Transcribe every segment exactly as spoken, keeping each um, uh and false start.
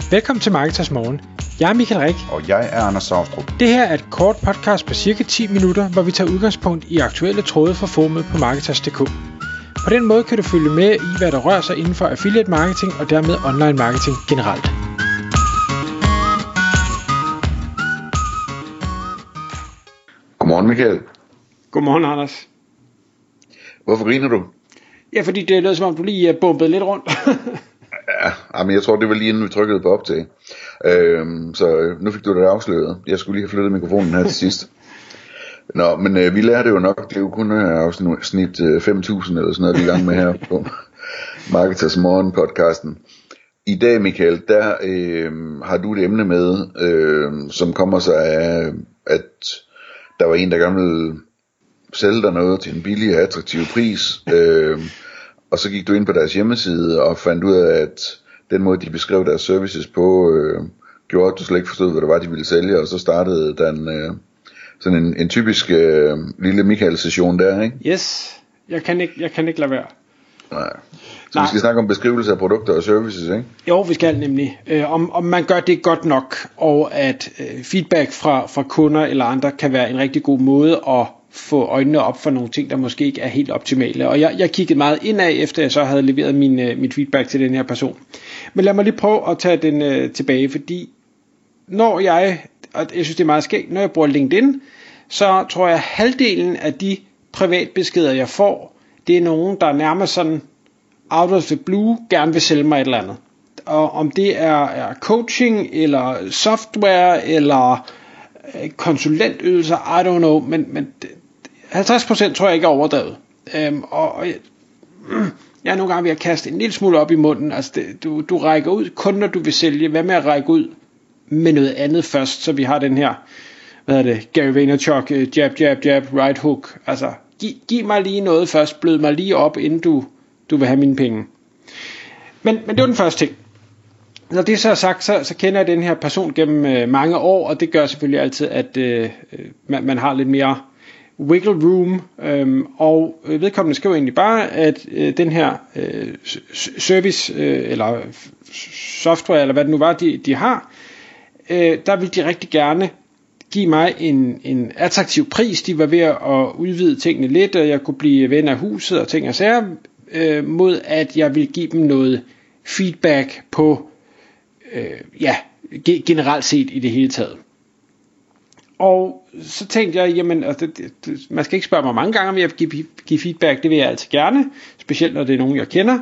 Velkommen til Marketers Morgen. Jeg er Michael Rik. Og jeg er Anders Saustrup. Det her er et kort podcast på cirka ti minutter, hvor vi tager udgangspunkt i aktuelle tråde fra forumet på Marketers punktum d k. På den måde kan du følge med i, hvad der rører sig inden for affiliate marketing og dermed online marketing generelt. Godmorgen, Michael. Godmorgen, Anders. Hvorfor griner du? Ja, fordi det lød som om du lige er bumpet lidt rundt. Ja, men jeg tror det var lige inden vi trykkede på optag. øhm, Så nu fik du det afsløret. Jeg skulle lige have flyttet mikrofonen her til sidst. Nå, men øh, vi lærte jo nok. Det er jo kun øh, afsnit øh, fem tusind eller sådan noget, vi er i gang med her på Marketers Morgen podcasten. I dag, Michael, der øh, har du et emne med, øh, som kommer sig af, at der var en, der gerne ville sælge dig noget til en billig og attraktiv pris. Øh, Og så gik du ind på deres hjemmeside og fandt ud af, at den måde, de beskrev deres services på, øh, gjorde, at du slet ikke forstod, hvad det var, de ville sælge. Og så startede den øh, sådan en, en typisk øh, lille Michael-session der, ikke? Yes, jeg kan ikke, jeg kan ikke lade være. Nej. Så Nej. Vi skal snakke om beskrivelse af produkter og services, ikke? Jo, vi skal nemlig. Øh, om, om man gør det godt nok, og at øh, feedback fra, fra kunder eller andre kan være en rigtig god måde at få øjnene op for nogle ting, der måske ikke er helt optimale. Og jeg, jeg kiggede meget indad, efter jeg så havde leveret min, uh, mit feedback til den her person. Men lad mig lige prøve at tage den uh, tilbage, fordi når jeg, og jeg synes det er meget skægt, når jeg bruger LinkedIn, så tror jeg, at halvdelen af de privatbeskeder, jeg får, det er nogen, der nærmest sådan out of the blue gerne vil sælge mig et eller andet. Og om det er, er coaching, eller software, eller konsulentydelser, I don't know, men, men halvtreds procent tror jeg ikke er overdrevet. Øhm, og, og jeg, jeg er nogle gange ved at kaste en lille smule op i munden. Altså det, du, du rækker ud kun når du vil sælge. Hvad med at række ud med noget andet først, så vi har den her, hvad er det, Gary Vaynerchuk, jab, jab, jab, right hook. Altså giv, giv mig lige noget først, blød mig lige op, inden du, du vil have mine penge. Men, men det var den første ting. Når det så er sagt, så, så kender jeg den her person gennem øh, mange år, og det gør selvfølgelig altid, at øh, man, man har lidt mere wiggle room, øh, og vedkommende skriver egentlig bare, at øh, den her øh, service, øh, eller software, eller hvad det nu var, de, de har, øh, der vil de rigtig gerne give mig en, en attraktiv pris. De var ved at udvide tingene lidt, og jeg kunne blive ven af huset og ting og sager, øh, mod at jeg vil give dem noget feedback på Øh, ja, generelt set i det hele taget. Og så tænkte jeg, jamen, altså, det, det, man skal ikke spørge mig mange gange, om jeg vil give, give feedback, det vil jeg altid gerne, specielt når det er nogen, jeg kender.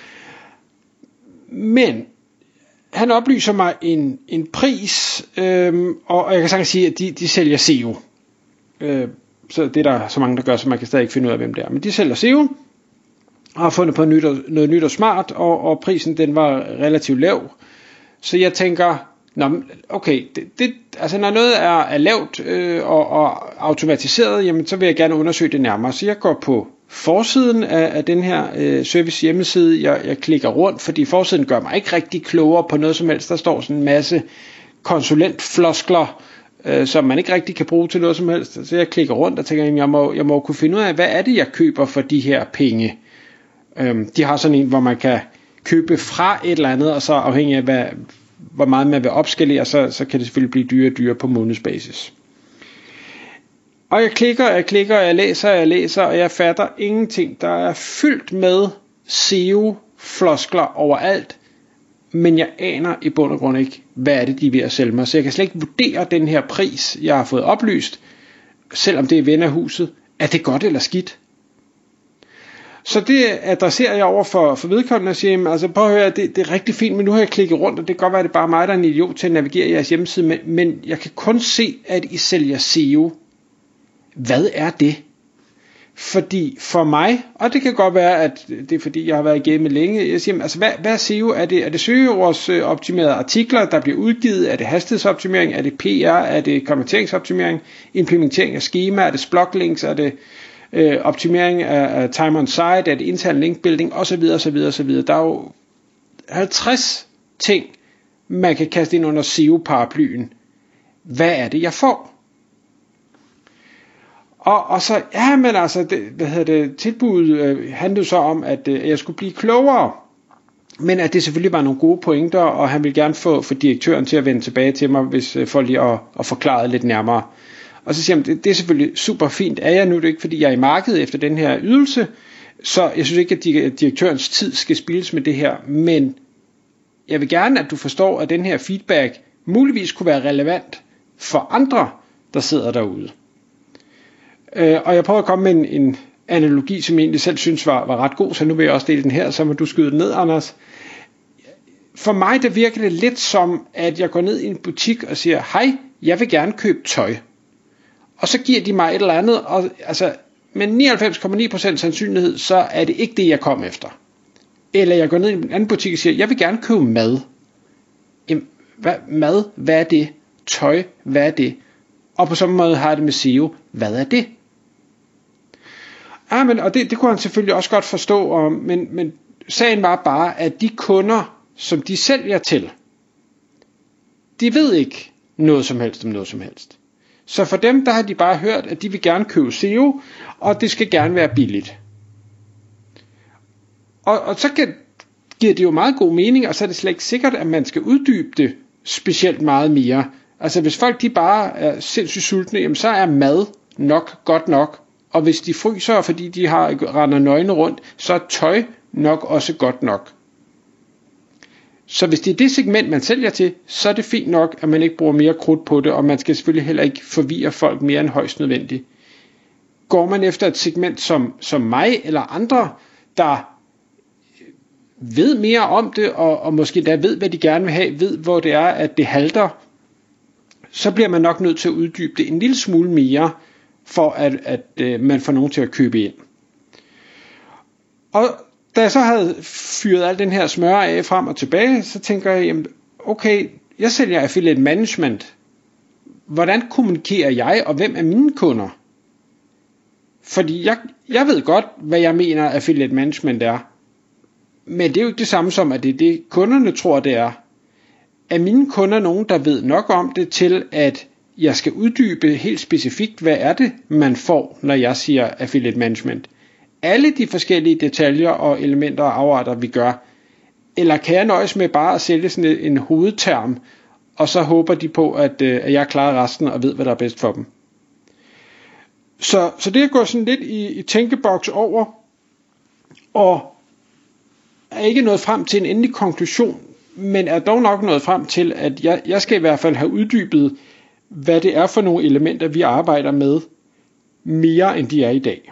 Men han oplyser mig en, en pris, øhm, og, og jeg kan sagtens sige, at de, de sælger S E O. Øh, så det er der så mange, der gør, så man kan stadig ikke finde ud af, hvem det er. Men de sælger S E O, og har fundet på nyt og, noget nyt og smart, og, og prisen den var relativt lav. Så jeg tænker, nå, okay, det, det, altså når noget er, er lavt øh, og, og automatiseret, jamen så vil jeg gerne undersøge det nærmere. Så jeg går på forsiden af, af den her øh, service hjemmeside, jeg, jeg klikker rundt, fordi forsiden gør mig ikke rigtig klogere på noget som helst. Der står sådan en masse konsulentfloskler, øh, som man ikke rigtig kan bruge til noget som helst. Så jeg klikker rundt og tænker, jamen, jeg må, jeg må kunne finde ud af, hvad er det, jeg køber for de her penge. Øh, de har sådan en, hvor man kan købe fra et eller andet, og så afhængig af, hvad, hvor meget man vil opskalere, så, så kan det selvfølgelig blive dyre og dyre på månedsbasis. Og jeg klikker, jeg klikker, jeg læser, jeg læser, og jeg fatter ingenting. Der er fyldt med S E O-floskler overalt, men jeg aner i bund og grund ikke, hvad er det, de er ved at sælge mig. Så jeg kan slet ikke vurdere den her pris, jeg har fået oplyst, selvom det er ven af huset. Er det godt eller skidt? Så det adresserer jeg over for, for vedkommende og siger, altså prøv at høre, det, det er rigtig fint, men nu har jeg klikket rundt, og det kan godt være, at det er bare mig, der er en idiot til at navigere i jeres hjemmeside, men, men jeg kan kun se, at I sælger S E O. Hvad er det? Fordi for mig, og det kan godt være, at det er fordi, jeg har været igennem længe, jeg siger, altså hvad, hvad er S E O? Er det, er det søgeordsoptimerede artikler, der bliver udgivet? Er det hastighedsoptimering? Er det P R? Er det konverteringsoptimering? Implementering af skema? Er det sploglinks? Er det Øh, optimering af, af time on site, er det intern link building, osv. osv. osv. Der er jo halvtreds ting, man kan kaste ind under S E O-paraplyen. Hvad er det, jeg får? Og, og så, ja, men altså, det, hvad hedder det, tilbuddet øh, handlede så om, at øh, jeg skulle blive klogere. men at det selvfølgelig var nogle gode pointer, og han ville gerne få, få direktøren til at vende tilbage til mig, hvis for lige at, at forklare det lidt nærmere. Og så siger han, det, det er selvfølgelig super fint, er jeg nu det ikke, fordi jeg er i markedet efter den her ydelse, så jeg synes ikke, at direktørens tid skal spildes med det her, men jeg vil gerne, at du forstår, at den her feedback muligvis kunne være relevant for andre, der sidder derude. Øh, og jeg prøver at komme med en, en analogi, som jeg egentlig selv synes var, var ret god, så nu vil jeg også dele den her, så må du skyde den ned, Anders. For mig, der virker det lidt som, at jeg går ned i en butik og siger, hej, jeg vil gerne købe tøj. Og så giver de mig et eller andet, og altså, med nioghalvfems komma ni procent sandsynlighed, så er det ikke det, jeg kom efter. Eller jeg går ned i en anden butik og siger, jeg vil gerne købe mad. Jamen, hvad, mad, hvad er det? Tøj, hvad er det? Og på samme måde har jeg det med S E O, hvad er det? Ja, men, og det, det kunne han selvfølgelig også godt forstå, og, men, men sagen var bare, at de kunder, som de sælger til, de ved ikke noget som helst om noget som helst. Så for dem, der har de bare hørt, at de vil gerne købe S E O, og det skal gerne være billigt. Og, og så kan, giver det jo meget god mening, og så er det slet ikke sikkert, at man skal uddybe det specielt meget mere. Altså hvis folk de bare er sindssygt sultne, jamen, så er mad nok godt nok. Og hvis de fryser, fordi de har render nøgne rundt, så er tøj nok også godt nok. Så hvis det er det segment, man sælger til, så er det fint nok, at man ikke bruger mere krudt på det, og man skal selvfølgelig heller ikke forvirre folk mere end højst nødvendigt. Går man efter et segment som, som mig eller andre, der ved mere om det, og, og måske der ved, hvad de gerne vil have, ved, hvor det er, at det halter, så bliver man nok nødt til at uddybe det en lille smule mere, for at, at, at man får nogen til at købe ind. Og da jeg så havde fyret al den her smør af frem og tilbage, så tænker jeg, jamen, okay, jeg sælger affiliate management. Hvordan kommunikerer jeg, og hvem er mine kunder? Fordi jeg, jeg ved godt, hvad jeg mener affiliate management er. Men det er jo ikke det samme som, at det er det, kunderne tror, det er. Er mine kunder nogen, der ved nok om det til, at jeg skal uddybe helt specifikt, hvad er det, man får, når jeg siger affiliate management? Alle de forskellige detaljer og elementer og afarter, vi gør? Eller kan jeg nøjes med bare at sælge sådan en, en hovedterm, og så håber de på, at, at jeg klarer resten og ved, hvad der er bedst for dem? Så, så det er gået sådan lidt i, i tænkeboks over, og er ikke nået frem til en endelig konklusion, men er dog nok nået frem til, at jeg, jeg skal i hvert fald have uddybet, hvad det er for nogle elementer, vi arbejder med, mere end de er i dag.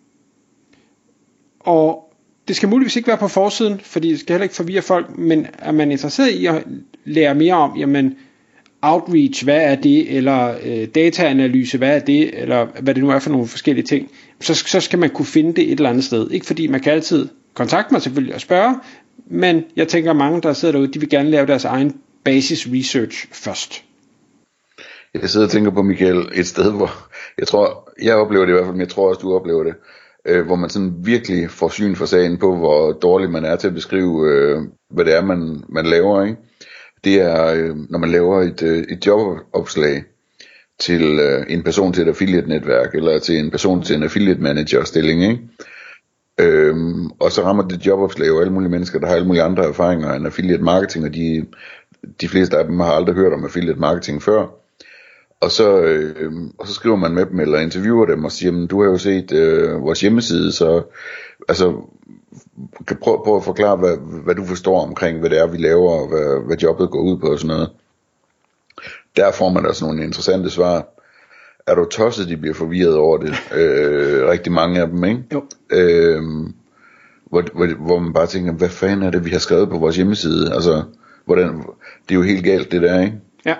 Og det skal muligvis ikke være på forsiden, fordi det skal heller ikke forvirre folk, men er man interesseret i at lære mere om, jamen outreach, hvad er det, eller øh, dataanalyse, hvad er det, eller hvad det nu er for nogle forskellige ting, så, så skal man kunne finde det et eller andet sted. Ikke fordi man kan altid kontakte mig selvfølgelig og spørge, men jeg tænker, at mange, der sidder derude, de vil gerne lave deres egen basis research først. Jeg sidder og tænker på, Michael, et sted, hvor jeg tror, jeg oplever det i hvert fald, men jeg tror også, du oplever det, øh, hvor man sådan virkelig får syn for sagen på, hvor dårlig man er til at beskrive, øh, hvad det er, man, man laver, ikke? Det er, øh, når man laver et, øh, et jobopslag til øh, en person til et affiliate-netværk, eller til en person til en affiliate-manager-stilling, ikke? Øhm, og så rammer det jobopslag jo alle mulige mennesker, der har alle mulige andre erfaringer end affiliate marketing, og de, de fleste af dem har aldrig hørt om affiliate marketing før. Og så, øh, og så skriver man med dem, eller interviewer dem og siger, du har jo set øh, vores hjemmeside, så altså, kan prøve, prøve at forklare, hvad, hvad du forstår omkring, hvad det er, vi laver, og hvad, hvad jobbet går ud på og sådan noget. Der får man altså nogle interessante svar. Er du tosset, de bliver forvirret over det, øh, rigtig mange af dem, ikke? Jo. Øh, hvor, hvor, hvor man bare tænker, hvad fanden er det, vi har skrevet på vores hjemmeside? Altså, hvordan, det er jo helt galt, det der, ikke? Ja.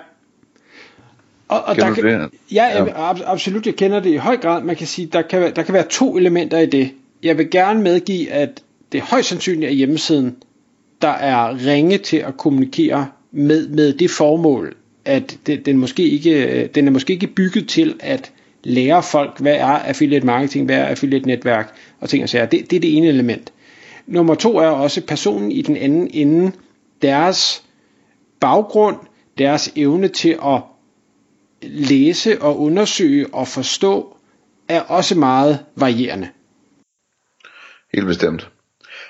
Og, og der kan, det? Ja, ja, absolut, jeg kender det i høj grad. Man kan sige, der kan, der kan være to elementer i det. Jeg vil gerne medgive, at det er højst sandsynligt af hjemmesiden, der er ringe til at kommunikere med, med det formål, at det, den, måske ikke, den er måske ikke bygget til at lære folk, hvad er affiliate marketing, hvad er affiliate netværk og ting og sager. Det, det er det ene element. Nummer to er også personen i den anden ende, deres baggrund, deres evne til at læse og undersøge og forstå, er også meget varierende. Helt bestemt.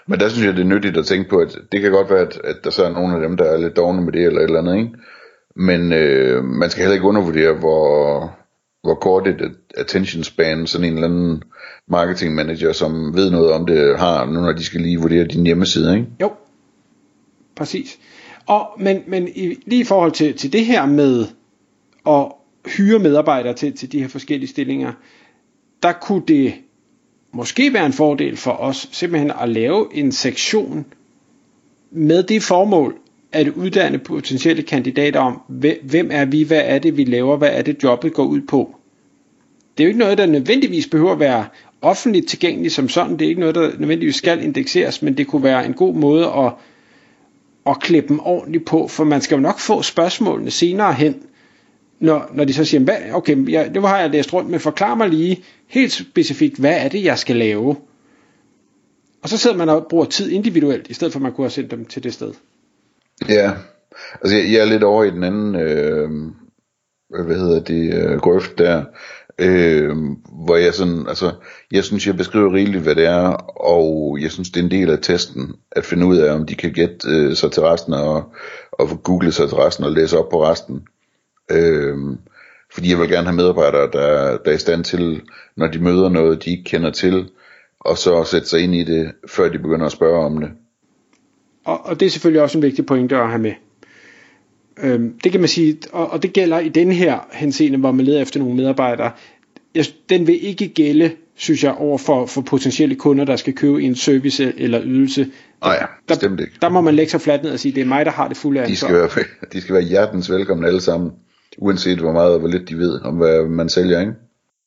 Men der synes jeg, det er nyttigt at tænke på, at det kan godt være, at, at der så er nogle af dem, der er lidt dovne med det, eller et eller andet, ikke? Men øh, man skal heller ikke undervurdere, hvor, hvor kort et attention span sådan en eller anden marketing manager, som ved noget om det, har, nu når de skal lige vurdere din hjemmeside, ikke? Jo, præcis. Og, men men i, lige i forhold til, til det her med at hyre medarbejdere til, til de her forskellige stillinger, der kunne det måske være en fordel for os simpelthen at lave en sektion med det formål at uddanne potentielle kandidater om, hvem er vi, hvad er det vi laver, hvad er det jobbet går ud på. Det er jo ikke noget, der nødvendigvis behøver at være offentligt tilgængeligt som sådan, det er ikke noget, der nødvendigvis skal indekseres, men det kunne være en god måde at, at klippe dem ordentligt på, for man skal jo nok få spørgsmålene senere hen, når, når de så siger, hvad, okay, jeg, det har jeg læst rundt med, forklar mig lige helt specifikt, hvad er det, jeg skal lave? Og så sidder man og bruger tid individuelt, i stedet for at man kunne have sendt dem til det sted. Ja, altså jeg, jeg er lidt over i den anden, øh, hvad hedder det, øh, grøft der, øh, hvor jeg sådan, altså, jeg synes, jeg beskriver rigeligt, hvad det er, og jeg synes, det er en del af testen, at finde ud af, om de kan gætte øh, sig til resten, og, og google sig til resten, og læse op på resten. Øh, fordi jeg vil gerne have medarbejdere, der, der er i stand til, når de møder noget, de ikke kender til, og så sætte sig ind i det, før de begynder at spørge om det. Og, og det er selvfølgelig også en vigtig pointe at have med. Øhm, det kan man sige, og, og det gælder i den her henseende, hvor man leder efter nogle medarbejdere. Jeg, den vil ikke gælde, synes jeg, over for, for potentielle kunder, der skal købe en service eller ydelse. Nej, bestemt ikke. Der, der må man lægge sig fladt ned og sige, det er mig, der har det fulde ansvar. De skal være, de skal være hjertens velkommen alle sammen, uanset hvor meget og hvor lidt de ved om, hvad man sælger, ikke?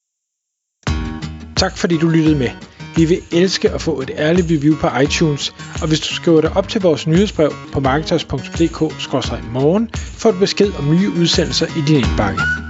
Tak fordi du lyttede med. Vi vil elske at få et ærligt review på iTunes, og hvis du skriver dig op til vores nyhedsbrev på marketers punktum d k skråstreg morgen, får du besked om nye udsendelser i din indbakke.